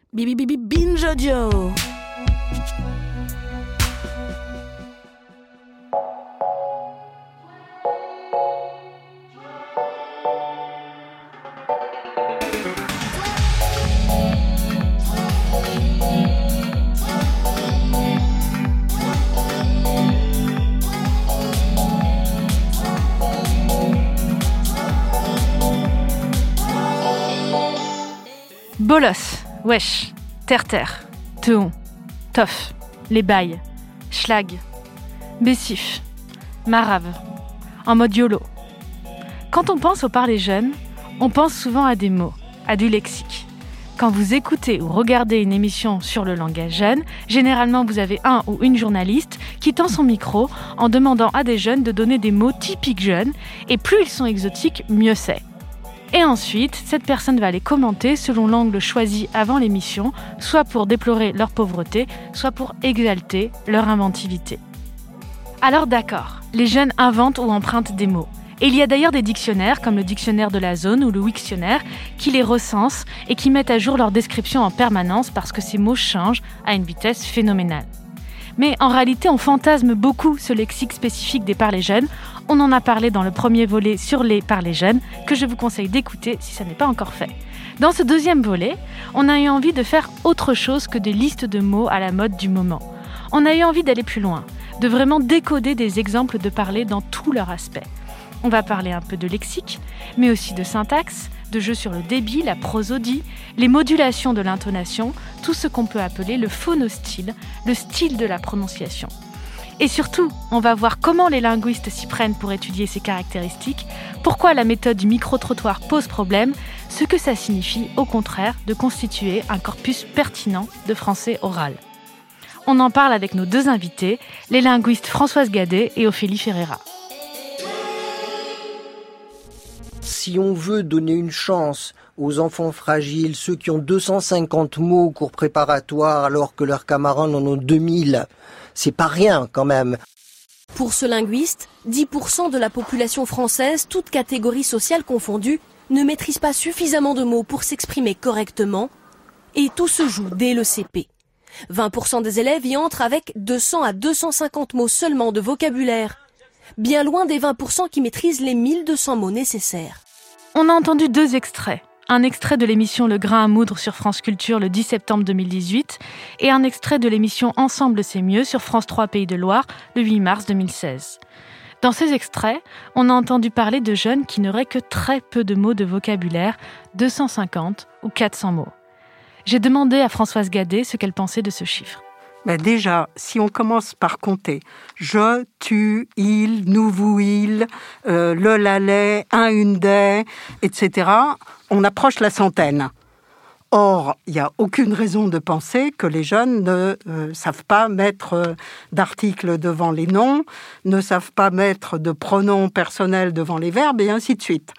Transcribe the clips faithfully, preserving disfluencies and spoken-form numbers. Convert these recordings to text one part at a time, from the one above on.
Bibi Bibi Binge Audio. Bolos, wesh, terre-terre, teon, tof, les bails, schlag, bessif, marave, en mode YOLO. Quand on pense au parler jeune, on pense souvent à des mots, à du lexique. Quand vous écoutez ou regardez une émission sur le langage jeune, généralement vous avez un ou une journaliste qui tend son micro en demandant à des jeunes de donner des mots typiques jeunes, et plus ils sont exotiques, mieux c'est. Et ensuite, cette personne va les commenter selon l'angle choisi avant l'émission, soit pour déplorer leur pauvreté, soit pour exalter leur inventivité. Alors d'accord, les jeunes inventent ou empruntent des mots. Et il y a d'ailleurs des dictionnaires, comme le dictionnaire de la zone ou le Wiktionnaire, qui les recensent et qui mettent à jour leur description en permanence parce que ces mots changent à une vitesse phénoménale. Mais en réalité, on fantasme beaucoup ce lexique spécifique des parlers jeunes. On en a parlé dans le premier volet sur les parlers jeunes, que je vous conseille d'écouter si ça n'est pas encore fait. Dans ce deuxième volet, on a eu envie de faire autre chose que des listes de mots à la mode du moment. On a eu envie d'aller plus loin, de vraiment décoder des exemples de parler dans tous leurs aspects. On va parler un peu de lexique, mais aussi de syntaxe, de jeux sur le débit, la prosodie, les modulations de l'intonation, tout ce qu'on peut appeler le phonostyle, le style de la prononciation. Et surtout, on va voir comment les linguistes s'y prennent pour étudier ces caractéristiques, pourquoi la méthode du micro-trottoir pose problème, ce que ça signifie, au contraire, de constituer un corpus pertinent de français oral. On en parle avec nos deux invités, les linguistes Françoise Gadet et Ophélie Ferreira. Si on veut donner une chance aux enfants fragiles, ceux qui ont deux cent cinquante mots au cours préparatoire alors que leurs camarades en ont deux mille, c'est pas rien quand même. Pour ce linguiste, dix pour cent de la population française, toutes catégories sociales confondues, ne maîtrise pas suffisamment de mots pour s'exprimer correctement, et tout se joue dès le C P. vingt pour cent des élèves y entrent avec deux cents à deux cent cinquante mots seulement de vocabulaire, bien loin des vingt pour cent qui maîtrisent les mille deux cents mots nécessaires. On a entendu deux extraits. Un extrait de l'émission Le Grain à moudre sur France Culture le dix septembre deux mille dix-huit et un extrait de l'émission Ensemble c'est mieux sur France trois Pays de Loire le huit mars deux mille seize. Dans ces extraits, on a entendu parler de jeunes qui n'auraient que très peu de mots de vocabulaire, deux cent cinquante ou quatre cents mots. J'ai demandé à Françoise Gadet ce qu'elle pensait de ce chiffre. Ben déjà, si on commence par compter je, tu, il, nous, vous, il, euh, le, la, les, un, une, des, et cetera, on approche la centaine. Or, il n'y a aucune raison de penser que les jeunes ne euh, savent pas mettre euh, d'articles devant les noms, ne savent pas mettre de pronoms personnels devant les verbes, et ainsi de suite.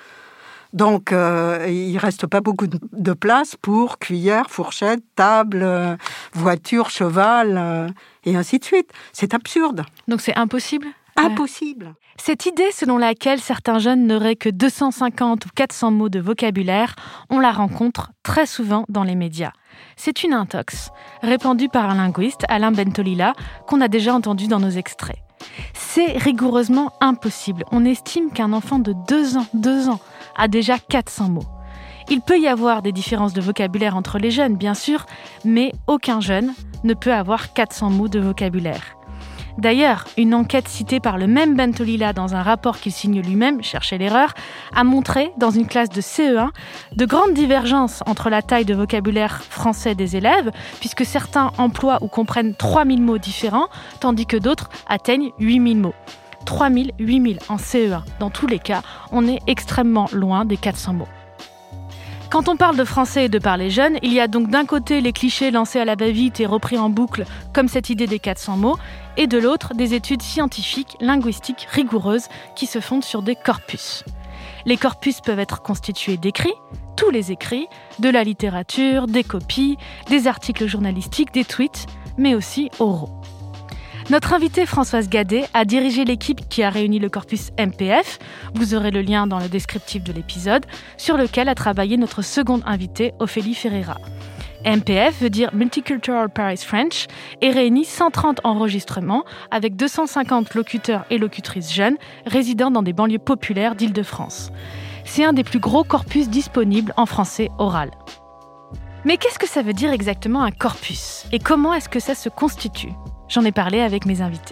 Donc, euh, il ne reste pas beaucoup de place pour cuillère, fourchette, table, euh, voiture, cheval, euh, et ainsi de suite. C'est absurde. Donc c'est impossible ? Impossible. Euh, cette idée selon laquelle certains jeunes n'auraient que deux cent cinquante ou quatre cents mots de vocabulaire, on la rencontre très souvent dans les médias. C'est une intox, répandue par un linguiste, Alain Bentolila, qu'on a déjà entendu dans nos extraits. C'est rigoureusement impossible. On estime qu'un enfant de deux ans, deux ans, a déjà quatre cents mots. Il peut y avoir des différences de vocabulaire entre les jeunes, bien sûr, mais aucun jeune ne peut avoir quatre cents mots de vocabulaire. D'ailleurs, une enquête citée par le même Bentolila dans un rapport qu'il signe lui-même, cherchez l'erreur, a montré, dans une classe de C E un, de grandes divergences entre la taille de vocabulaire français des élèves, puisque certains emploient ou comprennent trois mille mots différents, tandis que d'autres atteignent huit mille mots. trois mille, huit mille en C E un. Dans tous les cas, on est extrêmement loin des quatre cents mots. Quand on parle de français et de parler jeune, il y a donc d'un côté les clichés lancés à la va-vite et repris en boucle, comme cette idée des quatre cents mots, et de l'autre des études scientifiques, linguistiques, rigoureuses, qui se fondent sur des corpus. Les corpus peuvent être constitués d'écrits, tous les écrits, de la littérature, des copies, des articles journalistiques, des tweets, mais aussi oraux. Notre invitée Françoise Gadet a dirigé l'équipe qui a réuni le corpus M P F, vous aurez le lien dans le descriptif de l'épisode, sur lequel a travaillé notre seconde invitée, Ophélie Ferreira. M P F veut dire Multicultural Paris French et réunit cent trente enregistrements avec deux cent cinquante locuteurs et locutrices jeunes résidant dans des banlieues populaires d'Île-de-France. C'est un des plus gros corpus disponibles en français oral. Mais qu'est-ce que ça veut dire exactement un corpus ? Et comment est-ce que ça se constitue ? J'en ai parlé avec mes invités.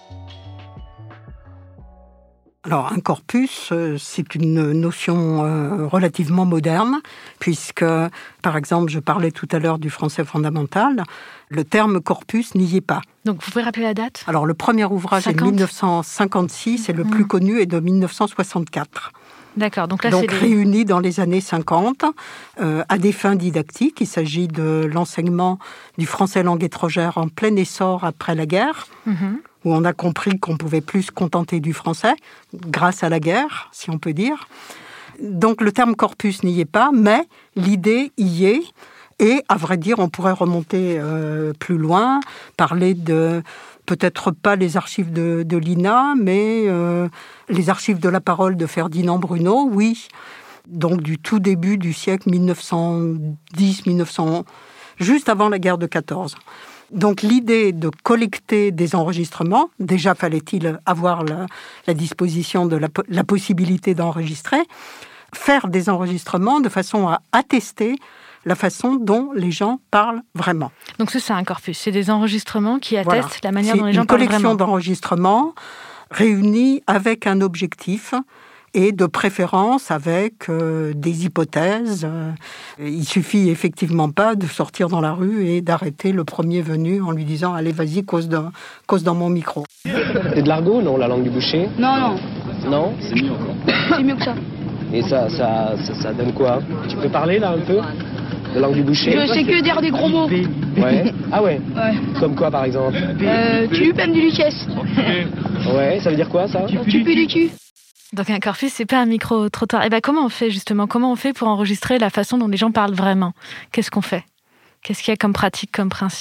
Alors, un corpus, c'est une notion relativement moderne, puisque, par exemple, je parlais tout à l'heure du français fondamental, le terme corpus n'y est pas. Donc, vous pouvez rappeler la date ? Alors, le premier ouvrage cinquante est de dix-neuf cent cinquante-six et le mmh. plus connu est de dix-neuf cent soixante-quatre. D'accord, donc là donc, c'est des... réunis dans les années cinquante, euh, à des fins didactiques. Il s'agit de l'enseignement du français langue étrangère en plein essor après la guerre, mmh. où on a compris qu'on pouvait plus se contenter du français, grâce à la guerre, si on peut dire. Donc le terme corpus n'y est pas, mais l'idée y est. Et à vrai dire, on pourrait remonter euh, plus loin, parler de... peut-être pas les archives de, de l'I N A, mais euh, les archives de la parole de Ferdinand Bruno, oui. Donc du tout début du siècle dix-neuf cent dix mille neuf cents, juste avant la guerre de quatorze. Donc l'idée de collecter des enregistrements, déjà fallait-il avoir la, la disposition de la, la possibilité d'enregistrer, faire des enregistrements de façon à attester la façon dont les gens parlent vraiment. Donc ça, c'est un corpus. C'est des enregistrements qui attestent voilà. la manière c'est dont les gens parlent vraiment. C'est une collection d'enregistrements réunis avec un objectif et de préférence avec euh, des hypothèses. Euh, il suffit effectivement pas de sortir dans la rue et d'arrêter le premier venu en lui disant « Allez, vas-y, cause, de, cause dans mon micro ». C'est de l'argot, non, la langue du boucher ? Non, non. Non ? C'est mieux encore. C'est mieux que ça. Et ça, ça, ça, ça donne quoi ? Tu peux parler, là, un peu ? La langue du boucher ? Je sais que dire des gros mots. Ouais. Ah ouais ? Ouais. Comme quoi, par exemple ? Euh, tu pèmes du liquesse. Ouais, ça veut dire quoi, ça ? Tu pues du cul. Donc un corpus, c'est pas un micro-trottoir. Et ben comment on fait, justement ? Comment on fait pour enregistrer la façon dont les gens parlent vraiment ? Qu'est-ce qu'on fait ? Qu'est-ce qu'il y a comme pratique, comme principe ?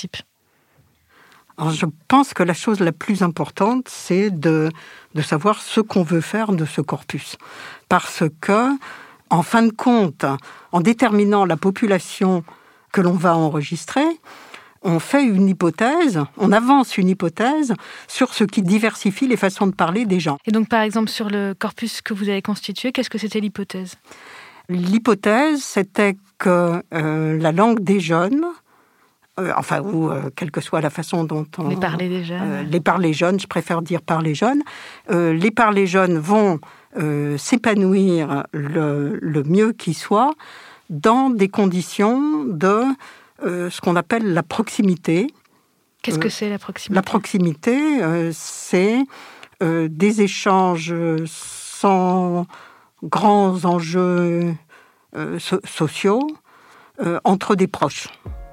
Alors, je pense que la chose la plus importante, c'est de, de savoir ce qu'on veut faire de ce corpus. Parce que, en fin de compte, en déterminant la population que l'on va enregistrer, on fait une hypothèse, on avance une hypothèse sur ce qui diversifie les façons de parler des gens. Et donc, par exemple, sur le corpus que vous avez constitué, qu'est-ce que c'était l'hypothèse ? L'hypothèse, c'était que euh, la langue des jeunes, euh, enfin, ou euh, quelle que soit la façon dont on... Les parler des jeunes. Euh, les parler jeunes, je préfère dire parler jeunes. Euh, les parler jeunes vont euh, s'épanouir le, le mieux qui soit dans des conditions de... Euh, ce qu'on appelle la proximité. Qu'est-ce que euh, c'est la proximité ? La proximité, euh, c'est euh, des échanges sans grands enjeux euh, so- sociaux euh, entre des proches.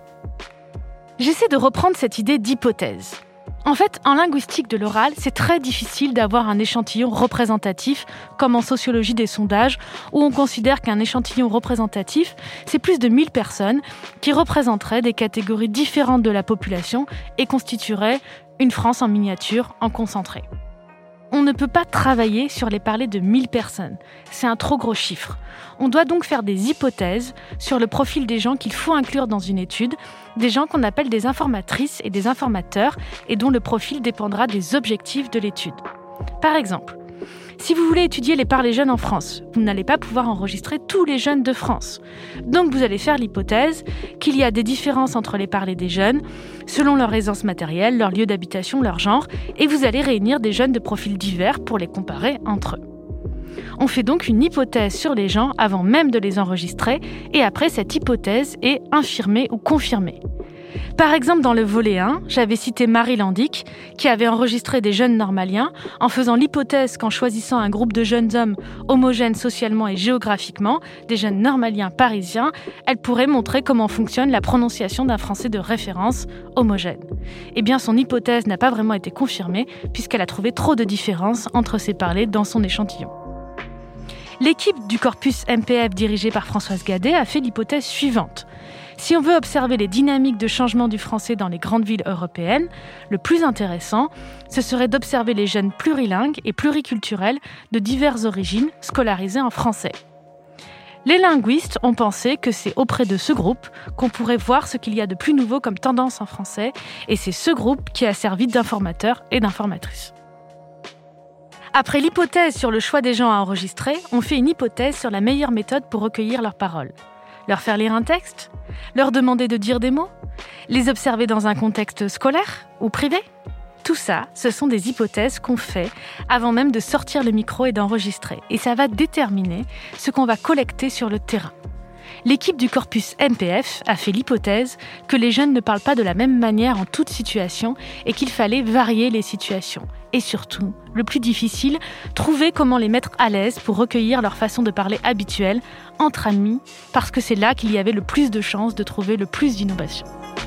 J'essaie de reprendre cette idée d'hypothèse. En fait, en linguistique de l'oral, c'est très difficile d'avoir un échantillon représentatif, comme en sociologie des sondages, où on considère qu'un échantillon représentatif, c'est plus de mille personnes qui représenteraient des catégories différentes de la population et constitueraient une France en miniature, en concentré. On ne peut pas travailler sur les parlers de mille personnes. C'est un trop gros chiffre. On doit donc faire des hypothèses sur le profil des gens qu'il faut inclure dans une étude, des gens qu'on appelle des informatrices et des informateurs et dont le profil dépendra des objectifs de l'étude. Par exemple, si vous voulez étudier les parlers jeunes en France, vous n'allez pas pouvoir enregistrer tous les jeunes de France. Donc vous allez faire l'hypothèse qu'il y a des différences entre les parlers des jeunes, selon leur aisance matérielle, leur lieu d'habitation, leur genre, et vous allez réunir des jeunes de profils divers pour les comparer entre eux. On fait donc une hypothèse sur les gens avant même de les enregistrer, et après cette hypothèse est infirmée ou confirmée. Par exemple, dans le volet un, j'avais cité Marie Landic, qui avait enregistré des jeunes normaliens en faisant l'hypothèse qu'en choisissant un groupe de jeunes hommes homogènes socialement et géographiquement, des jeunes normaliens parisiens, elle pourrait montrer comment fonctionne la prononciation d'un français de référence homogène. Eh bien, son hypothèse n'a pas vraiment été confirmée, puisqu'elle a trouvé trop de différences entre ces parlers dans son échantillon. L'équipe du corpus M P F dirigée par Françoise Gadet a fait l'hypothèse suivante. Si on veut observer les dynamiques de changement du français dans les grandes villes européennes, le plus intéressant, ce serait d'observer les jeunes plurilingues et pluriculturels de diverses origines scolarisés en français. Les linguistes ont pensé que c'est auprès de ce groupe qu'on pourrait voir ce qu'il y a de plus nouveau comme tendance en français, et c'est ce groupe qui a servi d'informateur et d'informatrice. Après l'hypothèse sur le choix des gens à enregistrer, on fait une hypothèse sur la meilleure méthode pour recueillir leurs paroles. Leur faire lire un texte ? Leur demander de dire des mots ? Les observer dans un contexte scolaire ou privé ? Tout ça, ce sont des hypothèses qu'on fait avant même de sortir le micro et d'enregistrer. Et ça va déterminer ce qu'on va collecter sur le terrain. L'équipe du corpus M P F a fait l'hypothèse que les jeunes ne parlent pas de la même manière en toute situation et qu'il fallait varier les situations. Et surtout, le plus difficile, trouver comment les mettre à l'aise pour recueillir leur façon de parler habituelle, entre amis, parce que c'est là qu'il y avait le plus de chances de trouver le plus d'innovation.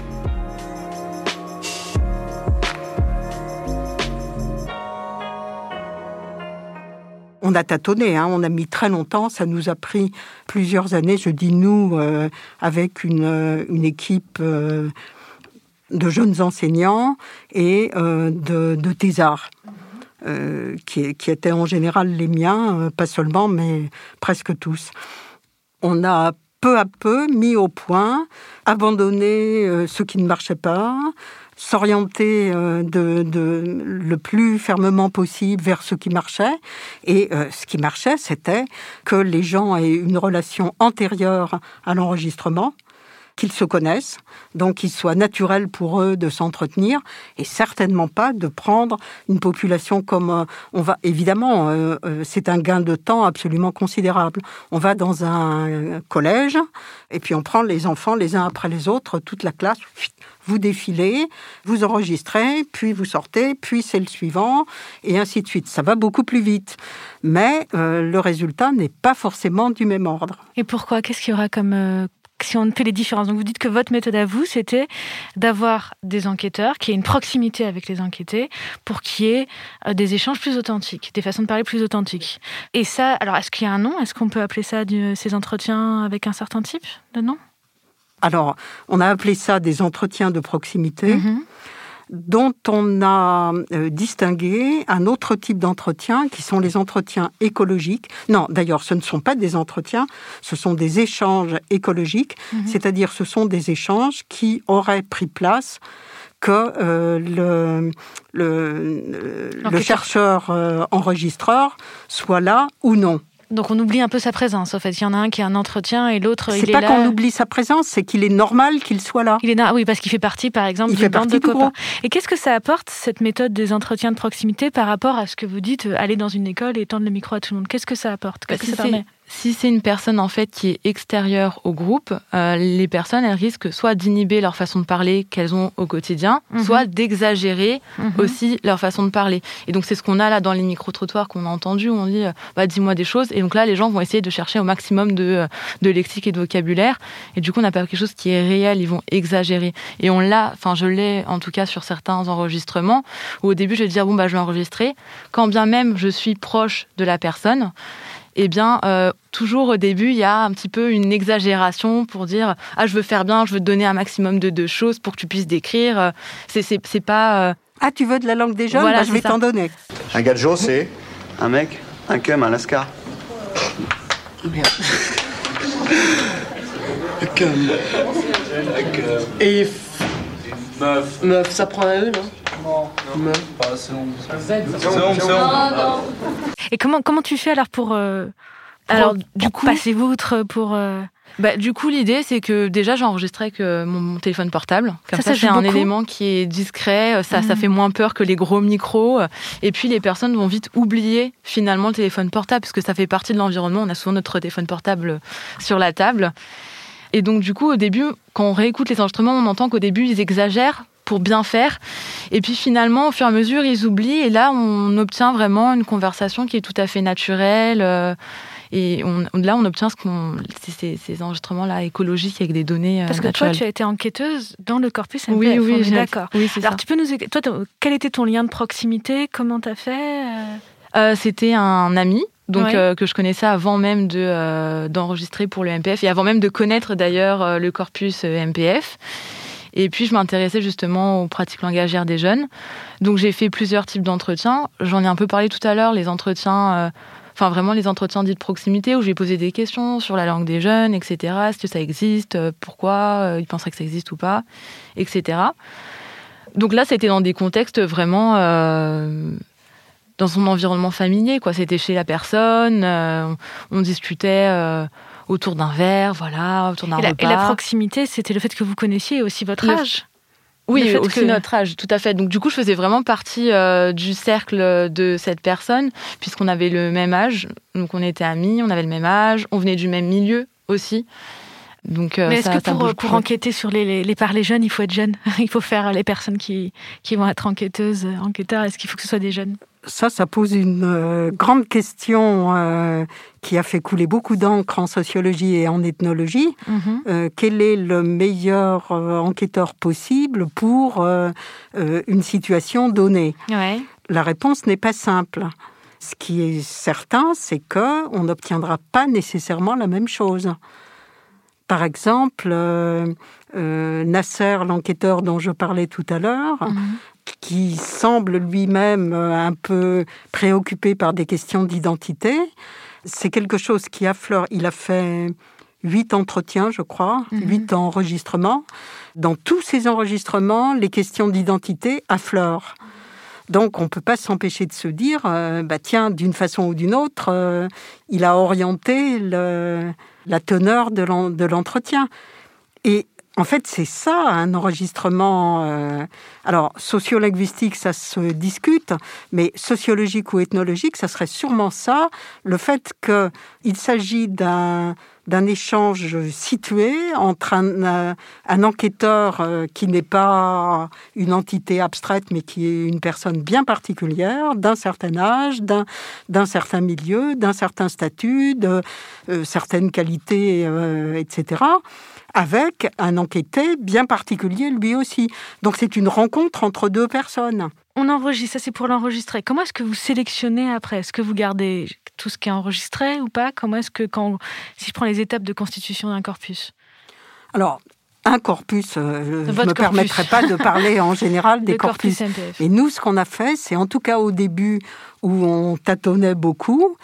On a tâtonné, hein, on a mis très longtemps, ça nous a pris plusieurs années, je dis nous, euh, avec une, une équipe euh, de jeunes enseignants et euh, de, de thésards, euh, qui, qui étaient en général les miens, euh, pas seulement, mais presque tous. On a peu à peu mis au point, abandonné euh, ce qui ne marchait pas, s'orienter euh, de, de, le plus fermement possible vers ce qui marchait. Et euh, ce qui marchait, c'était que les gens aient une relation antérieure à l'enregistrement, qu'ils se connaissent, donc qu'il soit naturel pour eux de s'entretenir, et certainement pas de prendre une population comme... Euh, on va, évidemment, euh, euh, c'est un gain de temps absolument considérable. On va dans un collège, et puis on prend les enfants les uns après les autres, toute la classe, vous défilez, vous enregistrez, puis vous sortez, puis c'est le suivant, et ainsi de suite. Ça va beaucoup plus vite. Mais euh, le résultat n'est pas forcément du même ordre. Et pourquoi ? Qu'est-ce qu'il y aura comme... Euh... Si on fait les différences, donc vous dites que votre méthode à vous, c'était d'avoir des enquêteurs, qu'il y ait une proximité avec les enquêtés, pour qu'il y ait des échanges plus authentiques, des façons de parler plus authentiques. Et ça, alors est-ce qu'il y a un nom ? Est-ce qu'on peut appeler ça du, ces entretiens avec un certain type de nom ? Alors, on a appelé ça des entretiens de proximité, mmh. dont on a euh, distingué un autre type d'entretien, qui sont les entretiens écologiques. Non, d'ailleurs, ce ne sont pas des entretiens, ce sont des échanges écologiques, mmh. c'est-à-dire ce sont des échanges qui auraient pris place que euh, le, le, le chercheur euh, enregistreur soit là ou non. Donc on oublie un peu sa présence, en fait. Il y en a un qui a un entretien et l'autre, c'est il est là. C'est pas là... qu'on oublie sa présence, c'est qu'il est normal qu'il soit là. Il est na... Oui, parce qu'il fait partie, par exemple, d'une bande de copains. Et qu'est-ce que ça apporte, cette méthode des entretiens de proximité, par rapport à ce que vous dites, aller dans une école et tendre le micro à tout le monde ? Qu'est-ce que ça apporte ? Qu'est-ce si que ça permet ? Si c'est une personne en fait qui est extérieure au groupe, euh, les personnes elles risquent soit d'inhiber leur façon de parler qu'elles ont au quotidien, mmh. soit d'exagérer mmh. aussi leur façon de parler. Et donc c'est ce qu'on a là dans les micro-trottoirs qu'on a entendu, où on dit bah, dis-moi des choses. Et donc là les gens vont essayer de chercher au maximum de, de lexique et de vocabulaire. Et du coup on n'a pas quelque chose qui est réel, ils vont exagérer. Et on l'a, enfin je l'ai en tout cas sur certains enregistrements, où au début je vais dire bon bah je vais enregistrer, quand bien même je suis proche de la personne. Eh bien, euh, toujours au début, il y a un petit peu une exagération pour dire « Ah, je veux faire bien, je veux te donner un maximum de, de choses pour que tu puisses décrire. » C'est, c'est, c'est pas... Euh... Ah, tu veux de la langue des jeunes ? Voilà, bah, je vais ça. t'en donner. Un gadjo, c'est un mec, un cum, un lascar. Merde. Un cum. Et... Meuf. Meuf, ça prend un E, non ? Non, non. Pas, c'est bon. C'est bon, c'est bon. Et comment, comment tu fais alors pour, euh, pour alors, du coup, passer outre pour... Euh... Bah, du coup, l'idée, c'est que déjà, j'enregistrais avec euh, mon, mon téléphone portable. Comme ça, ça, ça c'est un beaucoup. élément qui est discret. Ça, mmh. ça fait moins peur que les gros micros. Et puis, les personnes vont vite oublier finalement le téléphone portable, parce que ça fait partie de l'environnement. On a souvent notre téléphone portable sur la table. Et donc, du coup, au début, quand on réécoute les enregistrements, on entend qu'au début, ils exagèrent pour bien faire. Et puis finalement, au fur et à mesure, ils oublient. Et là, on obtient vraiment une conversation qui est tout à fait naturelle. Euh, et on, là, on obtient ce qu'on, ces, ces enregistrements-là écologiques avec des données euh, Parce que naturelles. toi, tu as été enquêteuse dans le corpus M P F. Oui, oui, on est j'ai... d'accord. Oui, c'est Alors, ça. tu peux nous... Toi, quel était ton lien de proximité ? Comment tu as fait ? euh, C'était un ami. Donc, ouais. euh, que je connaissais avant même de, euh, d'enregistrer pour le M P F et avant même de connaître d'ailleurs euh, le corpus euh, M P F. Et puis, je m'intéressais justement aux pratiques langagières des jeunes. Donc, j'ai fait plusieurs types d'entretiens. J'en ai un peu parlé tout à l'heure, les entretiens euh, enfin vraiment les entretiens dits de proximité où j'ai posé des questions sur la langue des jeunes, et cetera. Est-ce que ça existe? Pourquoi ils penseraient que ça existe ou pas, et cetera. Donc là, c'était dans des contextes vraiment euh, dans son environnement familier, quoi. C'était chez la personne, euh, on discutait euh, autour d'un verre, voilà, autour d'un et la, repas. Et la proximité, c'était le fait que vous connaissiez aussi votre le... âge. Oui, aussi que... notre âge, tout à fait. Donc du coup, je faisais vraiment partie euh, du cercle de cette personne, puisqu'on avait le même âge. Donc on était amis, on avait le même âge, on venait du même milieu aussi. Donc, euh, Mais est-ce ça, que pour, pour enquêter sur les, les, les parlers jeunes, il faut être jeune? Il faut faire les personnes qui, qui vont être enquêteuses, enquêteurs. Est-ce qu'il faut que ce soit des jeunes? Ça, ça pose une euh, grande question euh, qui a fait couler beaucoup d'encre en sociologie et en ethnologie. Mm-hmm. Euh, quel est le meilleur euh, enquêteur possible pour euh, euh, une situation donnée? Ouais. La réponse n'est pas simple. Ce qui est certain, c'est qu'on n'obtiendra pas nécessairement la même chose. Par exemple, euh, euh, Nasser, l'enquêteur dont je parlais tout à l'heure, mmh. qui semble lui-même un peu préoccupé par des questions d'identité, c'est quelque chose qui affleure. Il a fait huit entretiens, je crois, mmh. huit enregistrements. Dans tous ces enregistrements, les questions d'identité affleurent. Donc, on ne peut pas s'empêcher de se dire, euh, bah, tiens, d'une façon ou d'une autre, euh, il a orienté le, la teneur de, l'en, de l'entretien. Et en fait, c'est ça, un enregistrement. Euh, alors, sociolinguistique, ça se discute, mais sociologique ou ethnologique, ça serait sûrement ça, le fait qu'il s'agit d'un... d'un échange situé entre un, un enquêteur qui n'est pas une entité abstraite, mais qui est une personne bien particulière, d'un certain âge, d'un, d'un certain milieu, d'un certain statut, de euh, certaines qualités, euh, et cetera, avec un enquêté bien particulier lui aussi. Donc c'est une rencontre entre deux personnes. On enregistre, ça c'est pour l'enregistrer. Comment est-ce que vous sélectionnez après? Est-ce que vous gardez tout ce qui est enregistré ou pas? Comment est-ce que, quand, si je prends les étapes de constitution d'un corpus? Alors, un corpus, euh, je ne me corpus. permettrai pas de parler en général des Le corpus. corpus M P F. Mais nous, ce qu'on a fait, c'est en tout cas au début où on tâtonnait beaucoup,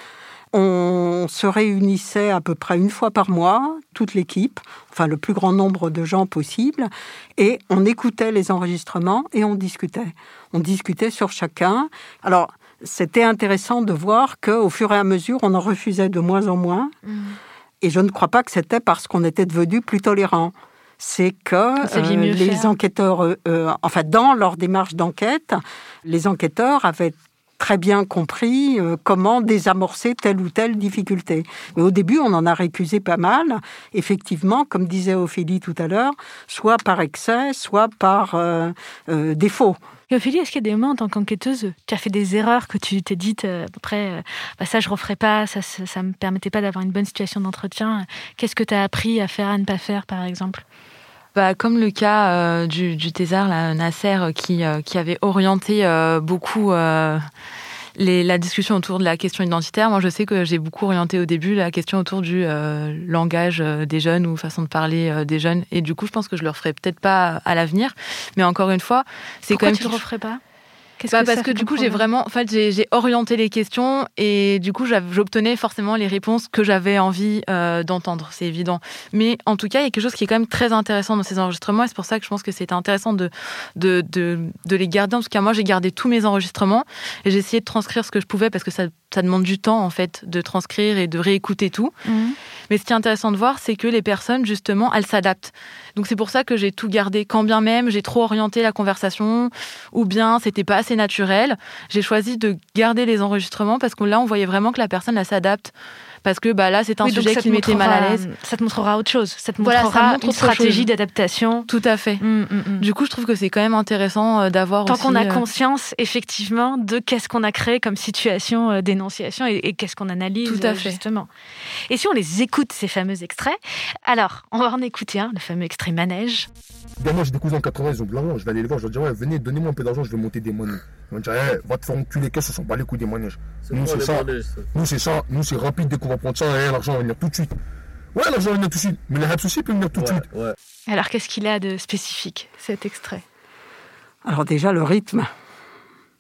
on se réunissait à peu près une fois par mois, toute l'équipe, enfin le plus grand nombre de gens possible, et on écoutait les enregistrements et on discutait. On discutait sur chacun. Alors, c'était intéressant de voir qu'au fur et à mesure, on en refusait de moins en moins. Mmh. Et je ne crois pas que c'était parce qu'on était devenus plus tolérants. C'est que euh, les faire. enquêteurs, euh, enfin dans leur démarche d'enquête, les enquêteurs avaient très bien compris euh, comment désamorcer telle ou telle difficulté. Mais au début, on en a récusé pas mal. Effectivement, comme disait Ophélie tout à l'heure, soit par excès, soit par euh, euh, défaut. Et Ophélie, est-ce qu'il y a des moments en tant qu'enquêteuse, tu as fait des erreurs que tu t'es dites, euh, après, euh, bah, ça je referai pas, ça ça me permettait pas d'avoir une bonne situation d'entretien. Qu'est-ce que tu as appris à faire, à ne pas faire, par exemple? Bah, comme le cas euh, du, du thésard, là, Nasser, qui, euh, qui avait orienté euh, beaucoup euh, les, la discussion autour de la question identitaire. Moi, je sais que j'ai beaucoup orienté au début la question autour du euh, langage des jeunes ou façon de parler euh, des jeunes. Et du coup, je pense que je le referai peut-être pas à l'avenir. Mais encore une fois, c'est Pourquoi quand même... tu le referais pas? Qu'est-ce bah que parce que du coup, j'ai vraiment, en fait, j'ai, j'ai orienté les questions et du coup, j'obtenais forcément les réponses que j'avais envie euh, d'entendre, c'est évident. Mais en tout cas, il y a quelque chose qui est quand même très intéressant dans ces enregistrements et c'est pour ça que je pense que c'était intéressant de, de, de, de les garder. En tout cas, moi, j'ai gardé tous mes enregistrements et j'ai essayé de transcrire ce que je pouvais parce que ça, ça demande du temps, en fait, de transcrire et de réécouter tout. Mmh. Mais ce qui est intéressant de voir, c'est que les personnes, justement, elles s'adaptent. Donc c'est pour ça que j'ai tout gardé. Quand bien même j'ai trop orienté la conversation ou bien c'était pas assez naturel, j'ai choisi de garder les enregistrements parce que là, on voyait vraiment que la personne, elle s'adapte. Parce que bah, là, c'est un oui, sujet qui me mettait mal à l'aise. Ça te montrera autre chose. Ça te montrera voilà, ça montre une stratégie chose. d'adaptation. Tout à fait. Mmh, mmh, mmh. Du coup, je trouve que c'est quand même intéressant d'avoir Tant aussi... qu'on a conscience, effectivement, de qu'est-ce qu'on a créé comme situation d'énonciation et, et qu'est-ce qu'on analyse, Tout à fait. justement. Et si on les écoute, ces fameux extraits, alors, on va en écouter un, le fameux extrait Manège. Bien, moi, j'ai des cousins en quatre-vingts, ils ont de l'argent. Je vais aller les voir, je vais dire, ouais, venez, donnez-moi un peu d'argent, je vais monter des manèges. Ils vont dire, hey, va te faire enculer, qu'est-ce que ça s'en bat les couilles des manèges. C'est nous, c'est ça. Manèges, ça. Nous, c'est ça. Nous, c'est rapide, dès qu'on va prendre ça, hey, l'argent va venir tout de suite. Ouais, l'argent va venir tout de suite. Mais les haps aussi peuvent venir tout de ouais, suite. Ouais. Alors, qu'est-ce qu'il a de spécifique, cet extrait? Alors, déjà, le rythme.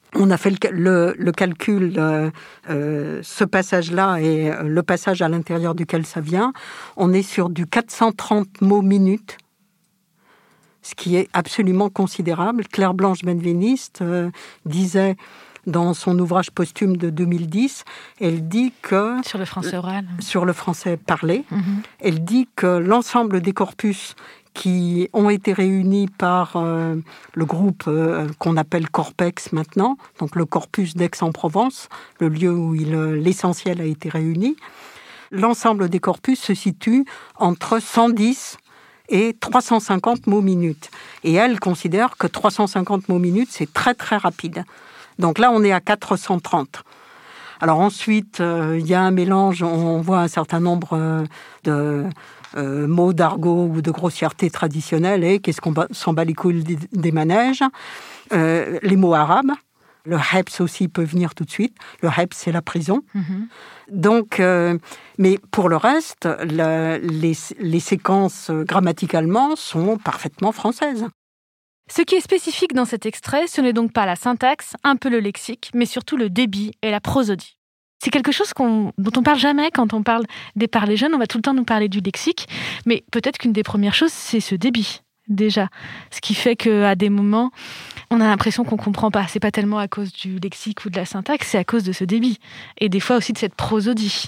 On a fait le, le, le calcul, euh, euh, ce passage-là et le passage à l'intérieur duquel ça vient, on est sur du quatre cent trente mots minutes, ce qui est absolument considérable. Claire Blanche Benveniste euh, disait dans son ouvrage posthume de deux mille dix, elle dit que... Sur le français oral. Sur le français parlé. Mm-hmm. Elle dit que l'ensemble des corpus qui ont été réunis par euh, le groupe euh, qu'on appelle Corpex maintenant, donc le corpus d'Aix-en-Provence, le lieu où il, l'essentiel a été réuni, l'ensemble des corpus se situe entre cent dix et trois cent cinquante mots minutes. Et elle considère que trois cent cinquante mots minutes, c'est très très rapide. Donc là, on est à quatre cent trente. Alors ensuite, euh, il y a un mélange, on voit un certain nombre euh, de euh, mots d'argot ou de grossièreté traditionnelle, et qu'est-ce qu'on s'en bat les couilles des, des manèges. Euh, les mots arabes, le hebs aussi peut venir tout de suite. Le hebs, c'est la prison. Mm-hmm. Donc, euh, mais pour le reste, la, les, les séquences grammaticalement sont parfaitement françaises. Ce qui est spécifique dans cet extrait, ce n'est donc pas la syntaxe, un peu le lexique, mais surtout le débit et la prosodie. C'est quelque chose qu'on, dont on parle jamais quand on parle des parlers jeunes. On va tout le temps nous parler du lexique, mais peut-être qu'une des premières choses, c'est ce débit, déjà. Ce qui fait qu'à des moments, on a l'impression qu'on comprend pas. C'est pas tellement à cause du lexique ou de la syntaxe, c'est à cause de ce débit. Et des fois aussi de cette prosodie.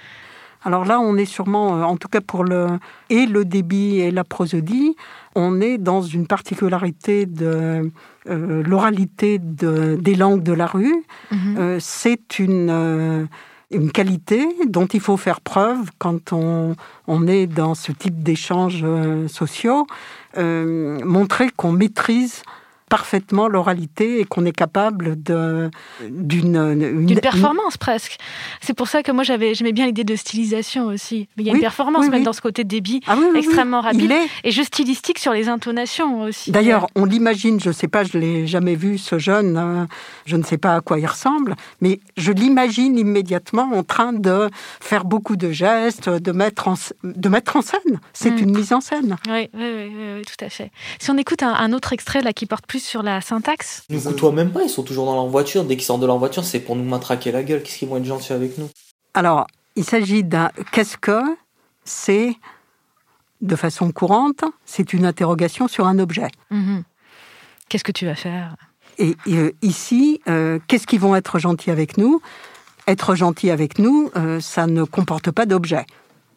Alors là, on est sûrement, en tout cas pour le, et le débit et la prosodie, on est dans une particularité de euh, l'oralité de, des langues de la rue. Mmh. Euh, c'est une, euh, une qualité dont il faut faire preuve quand on, on est dans ce type d'échanges euh, sociaux, euh, montrer qu'on maîtrise parfaitement l'oralité et qu'on est capable de, d'une... Une, d'une performance, une... presque. C'est pour ça que moi, j'avais, j'aimais bien l'idée de stylisation aussi. Mais il y a oui, une performance oui, même oui. dans ce côté débit ah, oui, oui, extrêmement oui. rapide est... et juste stylistique sur les intonations aussi. D'ailleurs, on l'imagine, je ne sais pas, je ne l'ai jamais vu, ce jeune, euh, je ne sais pas à quoi il ressemble, mais je l'imagine immédiatement en train de faire beaucoup de gestes, de mettre en, de mettre en scène. C'est mmh. une mise en scène. Oui, oui, oui, oui, oui, tout à fait. Si on écoute un, un autre extrait là qui porte plus sur la syntaxe. Ils nous côtoient même pas, ils sont toujours dans leur voiture. Dès qu'ils sortent de leur voiture, c'est pour nous matraquer la gueule. Qu'est-ce qu'ils vont être gentils avec nous? Alors, il s'agit d'un... Qu'est-ce que c'est, de façon courante, c'est une interrogation sur un objet. Mmh. Qu'est-ce que tu vas faire? Et euh, ici, euh, qu'est-ce qu'ils vont être gentils avec nous? Être gentils avec nous, euh, ça ne comporte pas d'objet.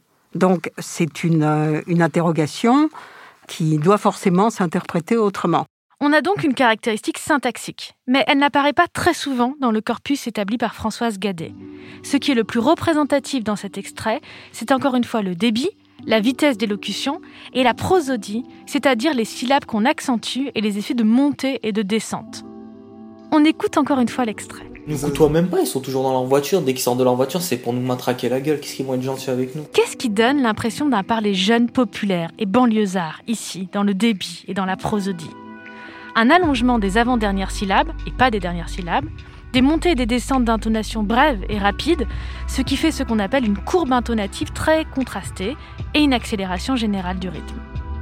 Donc, c'est une, euh, une interrogation qui doit forcément s'interpréter autrement. On a donc une caractéristique syntaxique, mais elle n'apparaît pas très souvent dans le corpus établi par Françoise Gadet. Ce qui est le plus représentatif dans cet extrait, c'est encore une fois le débit, la vitesse d'élocution et la prosodie, c'est-à-dire les syllabes qu'on accentue et les effets de montée et de descente. On écoute encore une fois l'extrait. Ils nous côtoient même pas, ils sont toujours dans leur voiture. Dès qu'ils sortent de leur voiture, c'est pour nous matraquer la gueule. Qu'est-ce qu'ils vont être gentils avec nous? Qu'est-ce qui donne l'impression d'un parler jeune, populaire et banlieusard, ici, dans le débit et dans la prosodie? Un allongement des avant-dernières syllabes, et pas des dernières syllabes, des montées et des descentes d'intonation brèves et rapides, ce qui fait ce qu'on appelle une courbe intonative très contrastée et une accélération générale du rythme.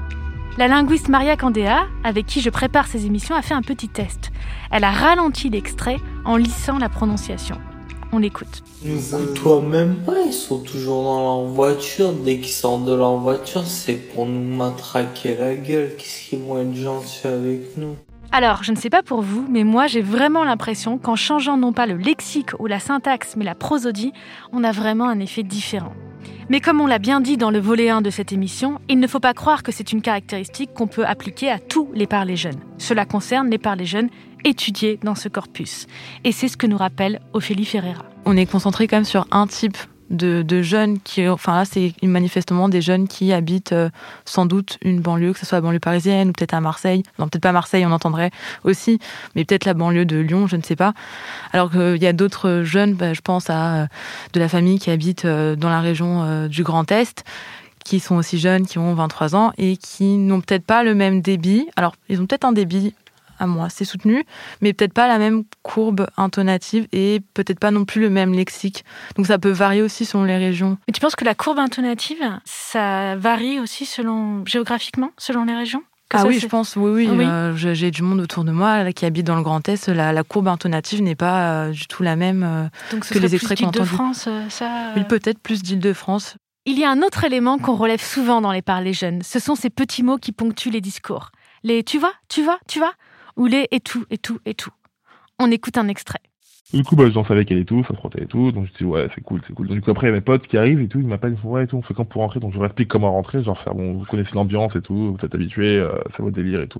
La linguiste Maria Candéa, avec qui je prépare ces émissions, a fait un petit test. Elle a ralenti l'extrait en lissant la prononciation. On l'écoute. Ils nous côtoient même pas, ils sont toujours dans leur voiture. Dès qu'ils sortent de leur voiture, c'est pour nous matraquer la gueule. Qu'est-ce qu'ils vont être gentils avec nous? Alors, je ne sais pas pour vous, mais moi j'ai vraiment l'impression qu'en changeant non pas le lexique ou la syntaxe, mais la prosodie, on a vraiment un effet différent. Mais comme on l'a bien dit dans le volet un de cette émission, il ne faut pas croire que c'est une caractéristique qu'on peut appliquer à tous les parlers jeunes. Cela concerne les parlers jeunes étudiés dans ce corpus. Et c'est ce que nous rappelle Ophélie Ferreira. On est concentré quand même sur un type de, de jeunes qui, enfin là, c'est manifestement des jeunes qui habitent euh, sans doute une banlieue, que ce soit la banlieue parisienne ou peut-être à Marseille. Non, peut-être pas Marseille, on entendrait aussi, mais peut-être la banlieue de Lyon, je ne sais pas. Alors qu'il y a d'autres jeunes, bah, je pense à euh, de la famille qui habite euh, dans la région euh, du Grand Est, qui sont aussi jeunes, qui ont vingt-trois ans et qui n'ont peut-être pas le même débit. Alors, ils ont peut-être un débit à moi, c'est soutenu, mais peut-être pas la même courbe intonative et peut-être pas non plus le même lexique. Donc ça peut varier aussi selon les régions. Mais tu penses que la courbe intonative, ça varie aussi selon géographiquement, selon les régions? que ah ça, oui, c'est... je pense, oui, oui. oui. Euh, j'ai du monde autour de moi là, qui habite dans le Grand Est. La, la courbe intonative n'est pas euh, du tout la même euh, Donc, ce que les plus extraits qu'on entend. d'Île-de-France, euh, ça. Euh... Oui, peut-être plus d'Île-de-France. Il y a un autre élément qu'on relève souvent dans les parlers jeunes. Ce sont ces petits mots qui ponctuent les discours. Les tu vois, tu vois, tu vois, ou les et tout, et tout, et tout. On écoute un extrait. Du coup, bah, je dansais avec elle et tout, ça frottait et tout, donc je dis ouais, c'est cool, c'est cool. Donc, du coup, après, il y a mes potes qui arrivent et tout, ils m'appellent, ils font ouais et tout, on fait quand pour rentrer, donc je leur explique comment rentrer, genre faire bon, vous connaissez l'ambiance et tout, vous êtes habitués, euh, c'est votre délire et tout.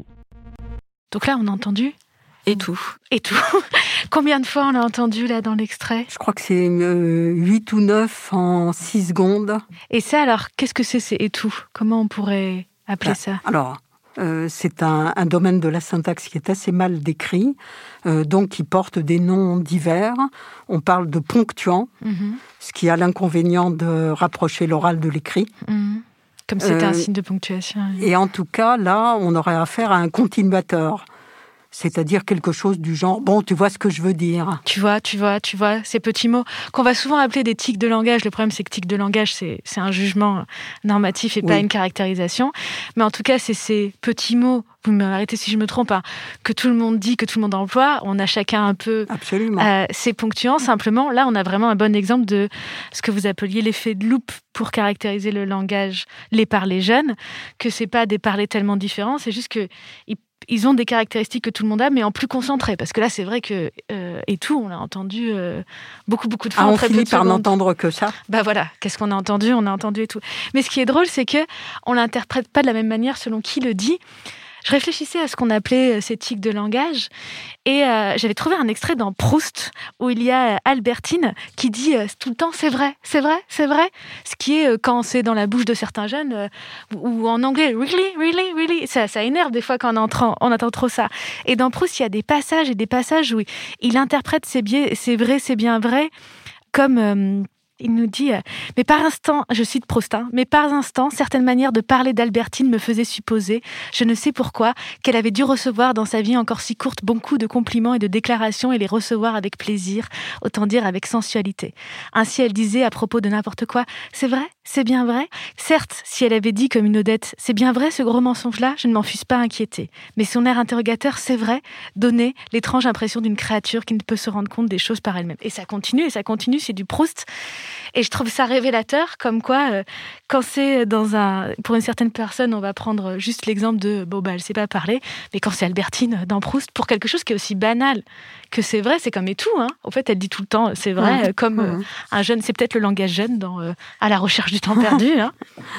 Donc là, on a entendu et tout. Et tout. Combien de fois on a entendu là dans l'extrait ? Je crois que c'est euh, huit ou neuf en six secondes. Et ça, alors, qu'est-ce que c'est, c'est et tout ? Comment on pourrait appeler bah, ça ? Alors, Euh, c'est un, un domaine de la syntaxe qui est assez mal décrit, euh, donc qui porte des noms divers. On parle de ponctuant, mm-hmm. ce qui a l'inconvénient de rapprocher l'oral de l'écrit. Mm-hmm. Comme c'était euh, un signe de ponctuation. Et en tout cas, là, on aurait affaire à un continuateur. C'est-à-dire quelque chose du genre, bon, tu vois ce que je veux dire. Tu vois, tu vois, tu vois, ces petits mots qu'on va souvent appeler des tics de langage. Le problème, c'est que tic de langage, c'est, c'est un jugement normatif et oui. pas une caractérisation. Mais en tout cas, c'est ces petits mots, vous m'arrêtez si je me trompe, hein, que tout le monde dit, que tout le monde emploie. On a chacun un peu euh, ces ponctuants. Simplement, là, on a vraiment un bon exemple de ce que vous appeliez l'effet de loupe pour caractériser le langage, les parlers jeunes, que c'est pas des parlers tellement différents, c'est juste que ils Ils ont des caractéristiques que tout le monde a, mais en plus concentré. Parce que là, c'est vrai que euh, et tout, on l'a entendu euh, beaucoup, beaucoup de fois. Ah, on finit par n'entendre que ça. Bah voilà, qu'est-ce qu'on a entendu ? On a entendu et tout. Mais ce qui est drôle, c'est que on l'interprète pas de la même manière selon qui le dit. Je réfléchissais à ce qu'on appelait ces tics de langage et euh, j'avais trouvé un extrait dans Proust où il y a Albertine qui dit euh, tout le temps c'est vrai, c'est vrai, c'est vrai. Ce qui est euh, quand c'est dans la bouche de certains jeunes euh, ou en anglais really, really, really. Ça, ça énerve des fois quand on entend, on entend trop ça. Et dans Proust, il y a des passages et des passages où il, il interprète c'est bien, c'est vrai, c'est bien vrai comme euh, il nous dit, euh, mais par instant, je cite Proust, hein, mais par instant, certaines manières de parler d'Albertine me faisaient supposer, je ne sais pourquoi, qu'elle avait dû recevoir dans sa vie encore si courte bon coup de compliments et de déclarations et les recevoir avec plaisir, autant dire avec sensualité. Ainsi, elle disait à propos de n'importe quoi, c'est vrai, c'est bien vrai. Certes, si elle avait dit comme une Odette, c'est bien vrai ce gros mensonge-là, je ne m'en fusse pas inquiétée. Mais son air interrogateur, c'est vrai, donnait l'étrange impression d'une créature qui ne peut se rendre compte des choses par elle-même. Et ça continue, et ça continue, c'est du Proust. Et je trouve ça révélateur, comme quoi, euh, quand c'est dans un... Pour une certaine personne, on va prendre juste l'exemple de... Bon, bah, elle sait pas parler, mais quand c'est Albertine dans Proust, pour quelque chose qui est aussi banal que c'est vrai, c'est comme et tout, hein. En fait, elle dit tout le temps, c'est vrai, mmh. comme euh, mmh. un jeune... C'est peut-être le langage jeune dans euh, À la recherche du temps perdu, hein.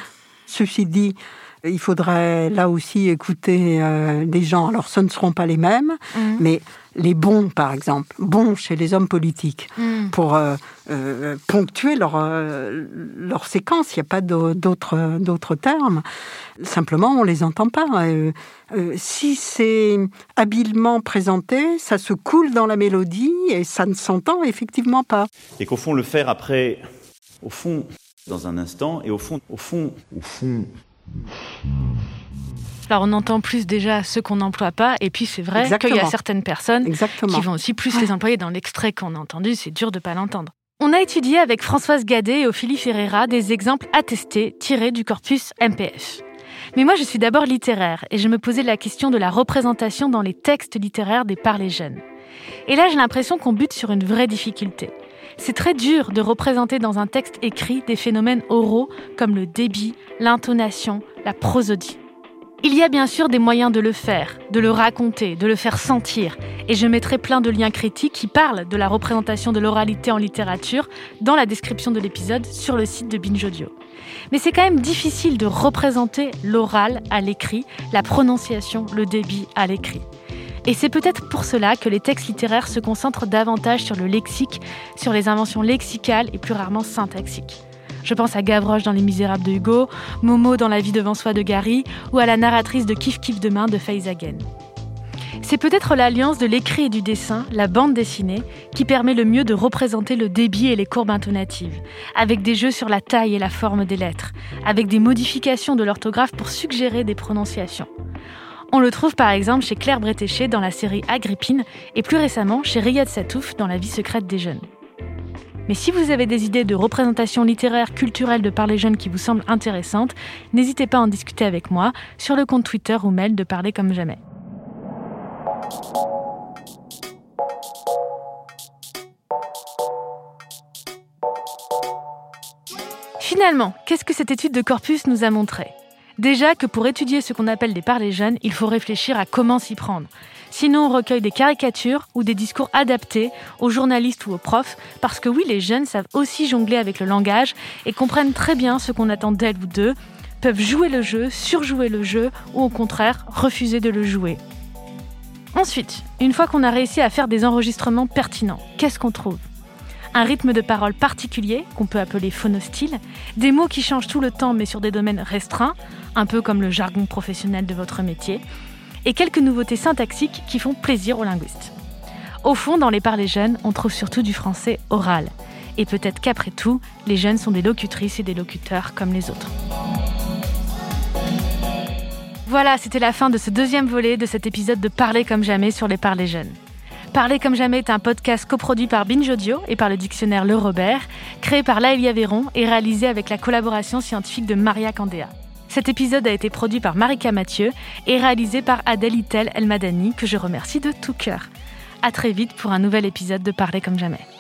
Ceci dit, il faudrait là aussi écouter euh, des gens. Alors, ce ne seront pas les mêmes, mmh. mais les bons, par exemple, bons chez les hommes politiques, mmh. pour euh, euh, ponctuer leur, euh, leur séquence. Il n'y a pas d'autres, d'autres termes. Simplement, on ne les entend pas. Euh, euh, si c'est habilement présenté, ça se coule dans la mélodie et ça ne s'entend effectivement pas. Et qu'au fond, le faire après, au fond, dans un instant, et au fond, au fond, au fond... Alors on entend plus déjà ceux qu'on n'emploie pas, et puis c'est vrai Exactement. Qu'il y a certaines personnes Exactement. Qui vont aussi plus ouais. les employer. Dans l'extrait qu'on a entendu, c'est dur de ne pas l'entendre. On a étudié avec Françoise Gadet et Ophélie Ferreira des exemples attestés tirés du corpus M P F. Mais moi je suis d'abord littéraire, et je me posais la question de la représentation dans les textes littéraires des parlers jeunes. Et là j'ai l'impression qu'on bute sur une vraie difficulté. C'est très dur de représenter dans un texte écrit des phénomènes oraux comme le débit, l'intonation, la prosodie. Il y a bien sûr des moyens de le faire, de le raconter, de le faire sentir, et je mettrai plein de liens critiques qui parlent de la représentation de l'oralité en littérature dans la description de l'épisode sur le site de Binge Audio. Mais c'est quand même difficile de représenter l'oral à l'écrit, la prononciation, le débit à l'écrit. Et c'est peut-être pour cela que les textes littéraires se concentrent davantage sur le lexique, sur les inventions lexicales et plus rarement syntaxiques. Je pense à Gavroche dans Les Misérables de Hugo, Momo dans La vie devant soi de Gary ou à la narratrice de Kif Kif demain de Faiz Hagen. C'est peut-être l'alliance de l'écrit et du dessin, la bande dessinée, qui permet le mieux de représenter le débit et les courbes intonatives, avec des jeux sur la taille et la forme des lettres, avec des modifications de l'orthographe pour suggérer des prononciations. On le trouve par exemple chez Claire Bretéché dans la série Agrippine et plus récemment chez Riyad Satouf dans La vie secrète des jeunes. Mais si vous avez des idées de représentation littéraire, culturelle de Parler Jeune qui vous semblent intéressantes, n'hésitez pas à en discuter avec moi sur le compte Twitter ou mail de Parler comme jamais. Finalement, qu'est-ce que cette étude de corpus nous a montré ? Déjà que pour étudier ce qu'on appelle des parlers jeunes, il faut réfléchir à comment s'y prendre. Sinon, on recueille des caricatures ou des discours adaptés aux journalistes ou aux profs, parce que oui, les jeunes savent aussi jongler avec le langage et comprennent très bien ce qu'on attend d'elles ou d'eux, peuvent jouer le jeu, surjouer le jeu ou au contraire, refuser de le jouer. Ensuite, une fois qu'on a réussi à faire des enregistrements pertinents, qu'est-ce qu'on trouve ? Un rythme de parole particulier, qu'on peut appeler phonostyle, des mots qui changent tout le temps mais sur des domaines restreints, un peu comme le jargon professionnel de votre métier, et quelques nouveautés syntaxiques qui font plaisir aux linguistes. Au fond, dans les parlers jeunes, on trouve surtout du français oral. Et peut-être qu'après tout, les jeunes sont des locutrices et des locuteurs comme les autres. Voilà, c'était la fin de ce deuxième volet de cet épisode de Parler comme jamais sur les parlers jeunes. Parler comme jamais est un podcast coproduit par Binge Audio et par le dictionnaire Le Robert, créé par Laëlia Véron et réalisé avec la collaboration scientifique de Maria Candéa. Cet épisode a été produit par Marika Mathieu et réalisé par Adèle Itel Elmadani, que je remercie de tout cœur. À très vite pour un nouvel épisode de Parler comme jamais.